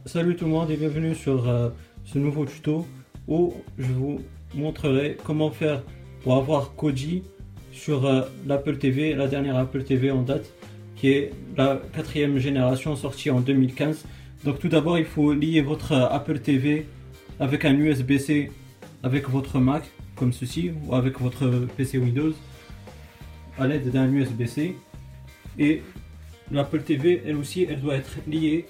Salut tout le monde et bienvenue sur ce nouveau tuto où je vous montrerai comment faire pour avoir Koji sur l'Apple TV, la dernière Apple TV en date, qui est la quatrième génération sortie en 2015. Donc tout d'abord il faut lier votre Apple TV avec un USB-C avec votre Mac, comme ceci, ou avec votre PC Windows, à l'aide d'un USB-C. Et l'Apple TV, elle aussi, elle doit être liée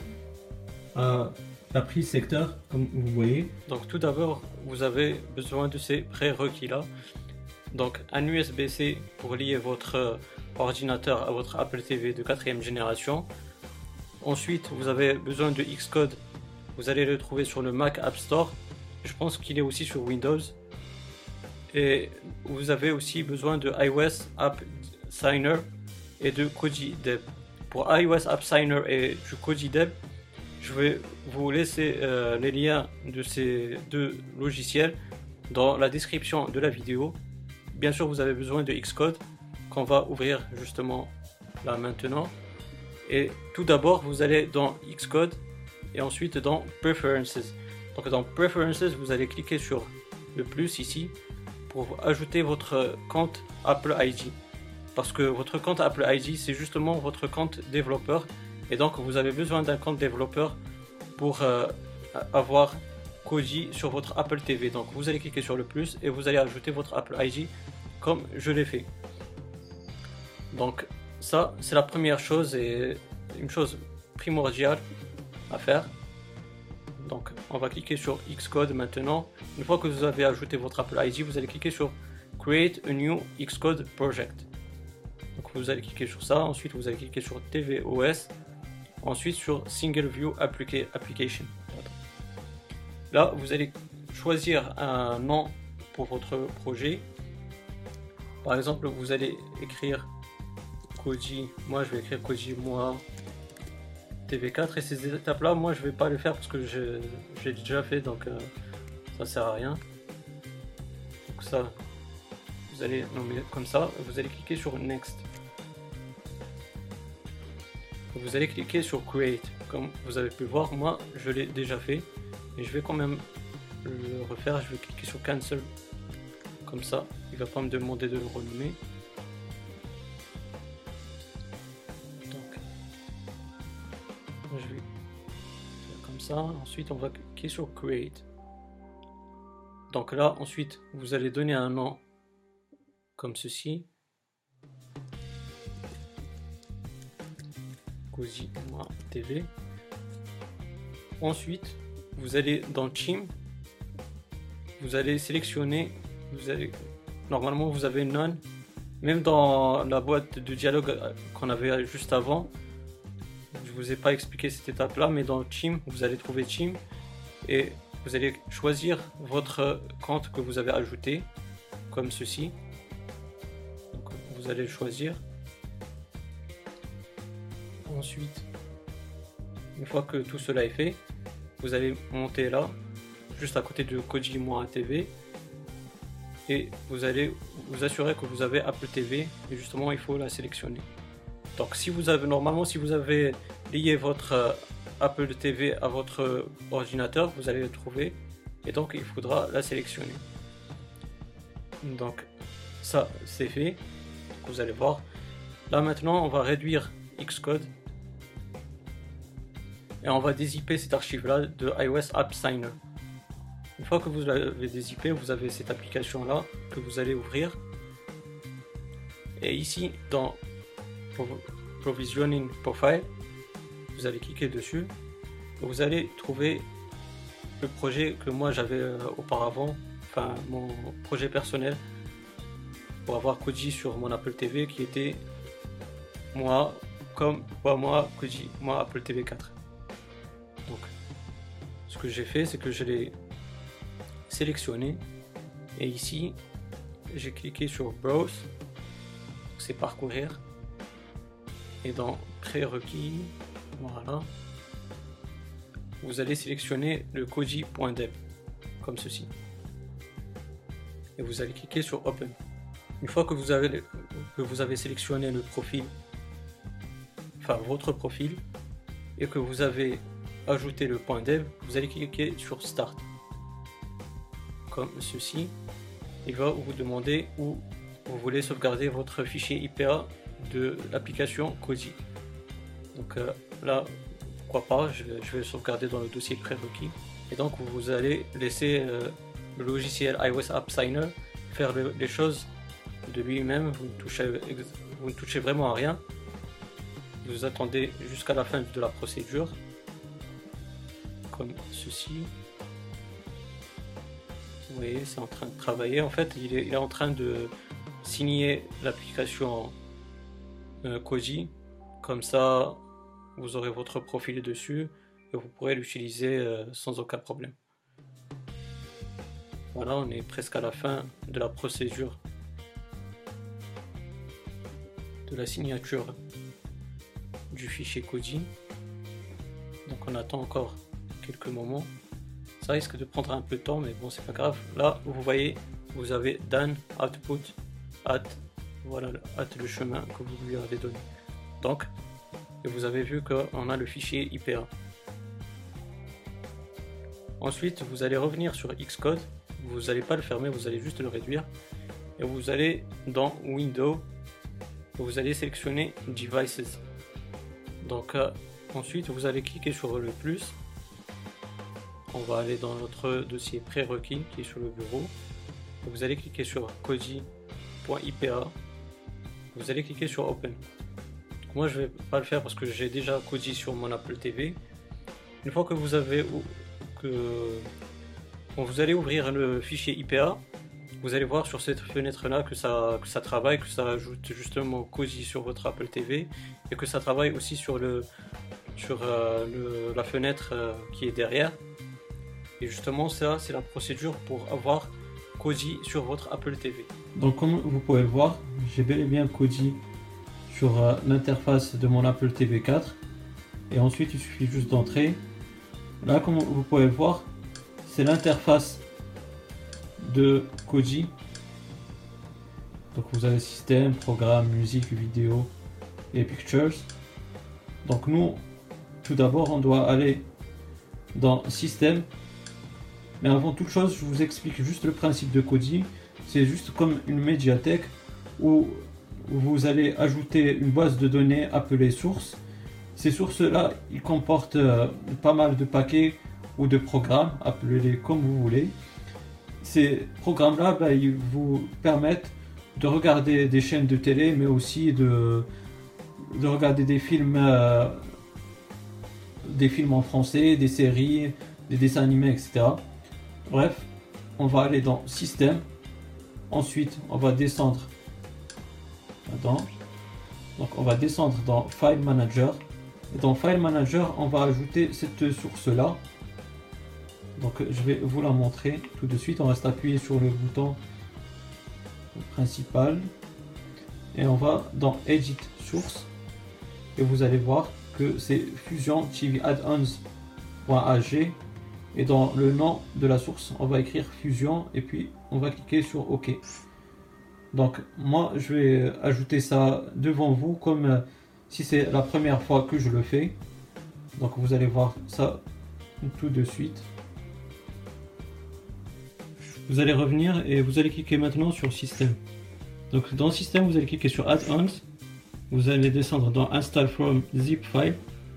à la prise secteur, comme vous voyez. Donc tout d'abord, vous avez besoin de ces prérequis là. Donc un USB-C pour lier votre ordinateur à votre Apple TV de quatrième génération. Ensuite, vous avez besoin de Xcode. Vous allez le trouver sur le Mac App Store. Je pense qu'il est aussi sur Windows. Et vous avez aussi besoin de iOS App Signer et de Koji Deb. Pour iOS App Signer et du Koji Deb, je vais vous laisser les liens de ces deux logiciels dans la description de la vidéo. Bien sûr, vous avez besoin de Xcode qu'on va ouvrir justement là maintenant. Et tout d'abord, vous allez dans Xcode et ensuite dans Preferences. Donc dans Preferences, vous allez cliquer sur le plus ici pour ajouter votre compte Apple ID. Parce que votre compte Apple ID, c'est justement votre compte développeur. Et donc, vous avez besoin d'un compte développeur pour avoir Koji sur votre Apple TV. Donc, vous allez cliquer sur le plus et vous allez ajouter votre Apple ID comme je l'ai fait. Donc, ça, c'est la première chose et une chose primordiale à faire. Donc, on va cliquer sur Xcode maintenant. Une fois que vous avez ajouté votre Apple ID, vous allez cliquer sur Create a new Xcode project. Donc, vous allez cliquer sur ça. Ensuite, vous allez cliquer sur tvOS. Ensuite, sur Single View Application. Là, vous allez choisir un nom pour votre projet. Par exemple, vous allez écrire Koji. Moi, je vais écrire Koji moi TV4. Et ces étapes-là, moi, je vais pas les faire parce que j'ai déjà fait, donc ça sert à rien. Donc ça, vous allez nommer comme ça. Vous allez cliquer sur Next. Vous allez cliquer sur Create. Comme vous avez pu voir, moi, je l'ai déjà fait. Et je vais quand même le refaire. Je vais cliquer sur Cancel. Comme ça, il va pas me demander de le renommer. Donc, je vais faire comme ça. Ensuite, on va cliquer sur Create. Donc là, ensuite, vous allez donner un nom comme ceci. Koji moi TV. Ensuite, vous allez dans Theme. Vous allez sélectionner. Normalement, vous avez None. Même dans la boîte de dialogue qu'on avait juste avant, je vous ai pas expliqué cette étape-là, mais dans Theme, vous allez trouver Theme et vous allez choisir votre compte que vous avez ajouté, comme ceci. Donc, vous allez le choisir. Ensuite, une fois que tout cela est fait, vous allez monter là, juste à côté de Koji moi TV, et vous allez vous assurer que vous avez Apple TV, et justement il faut la sélectionner. Donc si vous avez lié votre Apple TV à votre ordinateur, vous allez le trouver, et donc il faudra la sélectionner. Donc ça c'est fait, vous allez voir. Là maintenant on va réduire Xcode. Et on va dézipper cette archive là de iOS App Signer. Une fois que vous l'avez dézippé, vous avez cette application là que vous allez ouvrir. Et ici dans Provisioning Profile, vous allez cliquer dessus. Et vous allez trouver le projet que moi j'avais auparavant, enfin mon projet personnel pour avoir Koji sur mon Apple TV qui était moi Koji moi Apple TV 4. Donc, ce que j'ai fait, c'est que je l'ai sélectionné et ici, j'ai cliqué sur Browse, c'est parcourir, et dans prérequis, voilà, vous allez sélectionner le koji.deb comme ceci, et vous allez cliquer sur Open. Une fois que vous avez sélectionné le profil, enfin votre profil, et que vous avez ajouter le point dev, vous allez cliquer sur Start. Comme ceci. Il va vous demander où vous voulez sauvegarder votre fichier IPA de l'application Cozy. Donc là, pourquoi pas, je vais le sauvegarder dans le dossier prérequis. Et donc vous allez laisser le logiciel iOS App Signer faire les choses de lui-même. Vous ne touchez vraiment à rien. Vous attendez jusqu'à la fin de la procédure, comme ceci. Vous voyez, c'est en train de travailler. En fait, il est en train de signer l'application Cozy. Comme ça, vous aurez votre profil dessus et vous pourrez l'utiliser sans aucun problème. Voilà, on est presque à la fin de la procédure de la signature du fichier Cozy. Donc on attend encore quelques moments. Ça risque de prendre un peu de temps, mais bon, c'est pas grave. Là, vous voyez, vous avez done output at, voilà, at le chemin que vous lui avez donné. Donc, et vous avez vu qu'on a le fichier IPA. Ensuite, vous allez revenir sur Xcode. Vous n'allez pas le fermer, vous allez juste le réduire. Et vous allez dans Windows. Vous allez sélectionner Devices. Donc, ensuite, vous allez cliquer sur le plus. On va aller dans notre dossier prérequis qui est sur le bureau. Vous allez cliquer sur cozy.ipa. Vous allez cliquer sur Open. Moi je vais pas le faire parce que j'ai déjà Cozy sur mon Apple TV. Une fois que vous avez vous allez ouvrir le fichier IPA, vous allez voir sur cette fenêtre là que ça travaille, que ça ajoute justement Cozy sur votre Apple TV et que ça travaille aussi sur la fenêtre qui est derrière. Et justement, ça, c'est la procédure pour avoir Cozy sur votre Apple TV. Donc, comme vous pouvez le voir, j'ai bel et bien Cozy sur l'interface de mon Apple TV 4. Et ensuite, il suffit juste d'entrer. Là, comme vous pouvez le voir, c'est l'interface de Cozy. Donc, vous avez système, programme, musique, vidéo et pictures. Donc, nous, tout d'abord, on doit aller dans système. Mais avant toute chose, je vous explique juste le principe de Cozy. C'est juste comme une médiathèque où vous allez ajouter une base de données appelée source. Ces sources-là, ils comportent pas mal de paquets ou de programmes, appelez-les comme vous voulez. Ces programmes-là, ils vous permettent de regarder des chaînes de télé, mais aussi de regarder des films en français, des séries, des dessins animés, etc. Bref, on va aller dans Système. Ensuite, on va descendre. Donc, on va descendre dans File Manager. Et dans File Manager, on va ajouter cette source-là. Donc, je vais vous la montrer tout de suite. On reste appuyé sur le bouton principal. Et on va dans Edit Source. Et vous allez voir que c'est Fusion TV Add-ons.ag. Et dans le nom de la source, on va écrire Fusion et puis on va cliquer sur OK. Donc moi, je vais ajouter ça devant vous comme si c'est la première fois que je le fais. Donc vous allez voir ça tout de suite. Vous allez revenir et vous allez cliquer maintenant sur Système. Donc dans Système, vous allez cliquer sur Add-ons. Vous allez descendre dans Install from Zip File.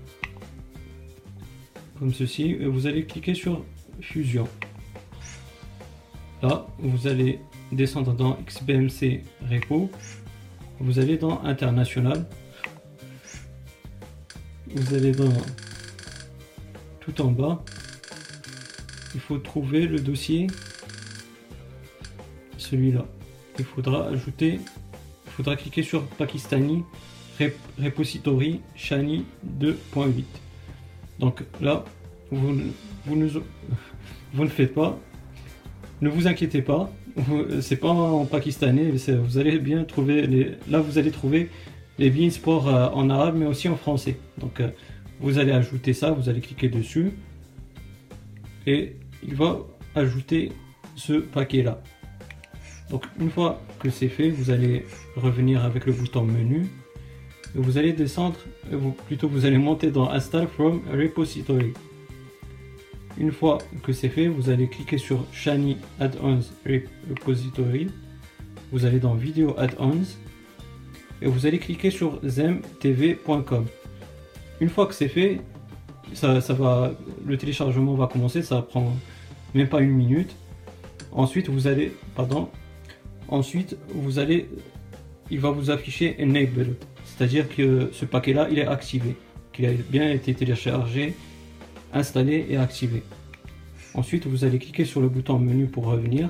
Comme ceci, et vous allez cliquer sur Fusion. Là, vous allez descendre dans XBMC Repo. Vous allez dans International. Vous allez dans tout en bas. Il faut trouver le dossier, celui-là. Il faudra cliquer sur Pakistani Repository Shani 2.8. Donc là, vous ne faites pas, ne vous inquiétez pas, c'est pas en pakistanais, vous allez bien trouver là vous allez trouver les beans pour en arabe mais aussi en français. Donc vous allez ajouter ça, vous allez cliquer dessus et il va ajouter ce paquet là. Donc une fois que c'est fait, vous allez revenir avec le bouton menu. Vous allez descendre, vous allez monter dans Install from Repository. Une fois que c'est fait, vous allez cliquer sur Shiny Add-ons Repository. Vous allez dans Video Add-ons et vous allez cliquer sur zemtv.com. Une fois que c'est fait, le téléchargement va commencer, ça prend même pas une minute. Ensuite, il va vous afficher Enable, c'est-à-dire que ce paquet-là, il est activé, qu'il a bien été téléchargé, installé et activé. Ensuite, vous allez cliquer sur le bouton menu pour revenir.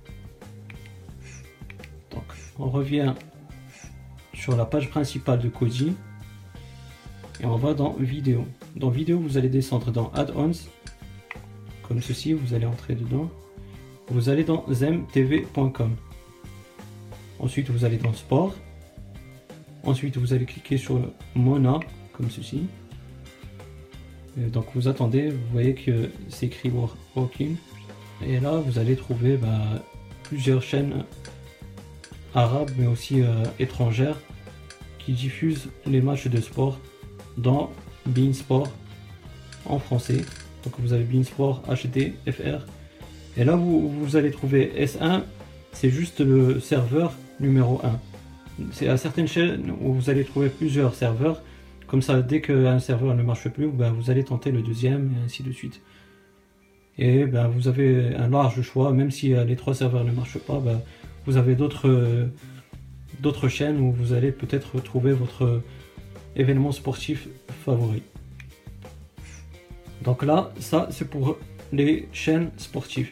Donc, on revient sur la page principale de Kodi et on va dans Vidéo. Dans Vidéo, vous allez descendre dans Add-ons, comme ceci, vous allez entrer dedans. Vous allez dans zemtv.com. Ensuite, vous allez dans Sport. Ensuite, vous allez cliquer sur Mona, comme ceci. Et donc, vous attendez, vous voyez que c'est écrit Working. Et là, vous allez trouver plusieurs chaînes arabes, mais aussi étrangères, qui diffusent les matchs de sport dans beIN Sport en français. Donc, vous avez beIN Sport HD, FR. Et là, vous allez trouver S1, c'est juste le serveur numéro 1. C'est à certaines chaînes où vous allez trouver plusieurs serveurs. Comme ça, dès qu'un serveur ne marche plus, vous allez tenter le deuxième et ainsi de suite. Et vous avez un large choix, même si les 3 serveurs ne marchent pas, vous avez d'autres chaînes où vous allez peut-être trouver votre événement sportif favori. Donc là, ça c'est pour les chaînes sportives.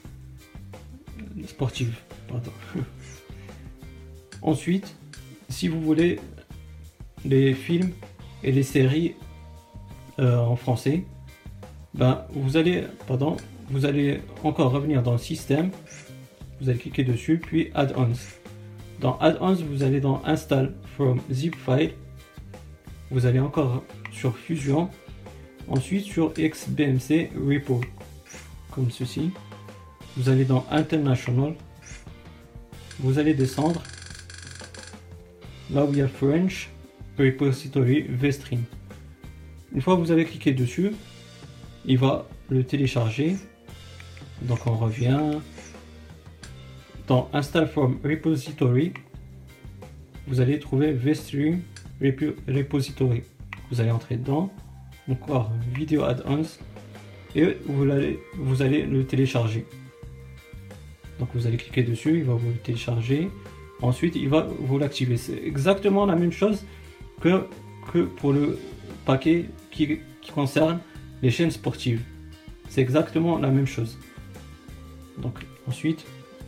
Ensuite, si vous voulez les films et les séries en français, vous allez encore revenir dans le système, vous allez cliquer dessus, puis Add-ons. Dans Add-ons, vous allez dans Install from zip file, vous allez encore sur Fusion, ensuite sur XBMC Repo, comme ceci. Vous allez dans International, vous allez descendre, là où il y a French Repository VStream. Une fois que vous avez cliqué dessus, il va le télécharger. Donc on revient dans Install from Repository, vous allez trouver VStream Repository. Vous allez entrer dedans, encore Video Add-ons, et vous allez le télécharger. Donc vous allez cliquer dessus, il va vous le télécharger. Ensuite, il va vous l'activer. C'est exactement la même chose que pour le paquet qui concerne les chaînes sportives. C'est exactement la même chose. Donc ensuite,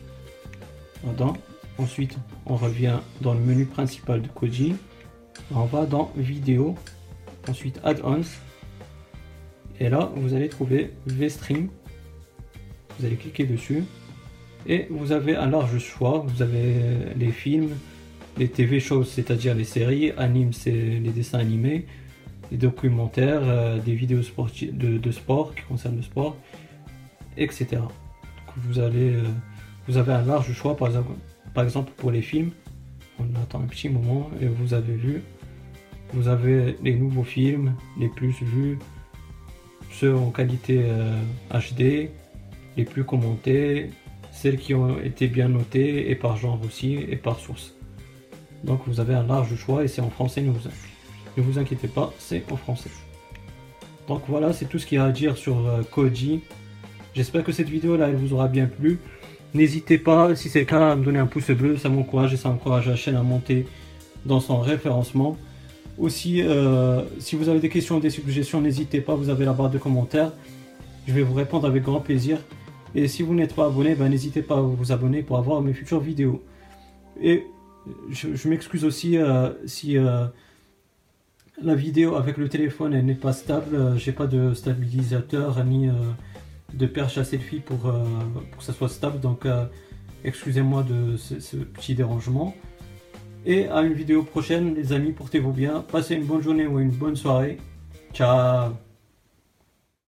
on revient dans le menu principal de Kodi. On va dans Vidéo, ensuite Add-ons. Et là, vous allez trouver VStream. Vous allez cliquer dessus. Et vous avez un large choix. Vous avez les films, les TV shows, c'est-à-dire les séries, animes, c'est les dessins animés, les documentaires, des vidéos sportives de sport qui concernent le sport, etc. Donc vous avez un large choix, par exemple pour les films. On attend un petit moment et vous avez les nouveaux films, les plus vus, ceux en qualité HD, les plus commentés, celles qui ont été bien notées, et par genre aussi, et par source. Donc vous avez un large choix et c'est en français, ne vous inquiétez pas, c'est en français. Donc voilà, c'est tout ce qu'il y a à dire sur Kodi. J'espère que cette vidéo là elle vous aura bien plu. N'hésitez pas, si c'est le cas, à me donner un pouce bleu, ça m'encourage et ça encourage la chaîne à monter dans son référencement. Aussi, si vous avez des questions ou des suggestions, n'hésitez pas, vous avez la barre de commentaires. Je vais vous répondre avec grand plaisir. Et si vous n'êtes pas abonné, n'hésitez pas à vous abonner pour avoir mes futures vidéos. Et je m'excuse aussi si la vidéo avec le téléphone n'est pas stable. J'ai pas de stabilisateur ni de perche à selfie pour que ça soit stable. Donc excusez-moi de ce petit dérangement. Et à une vidéo prochaine les amis, portez-vous bien. Passez une bonne journée ou une bonne soirée. Ciao.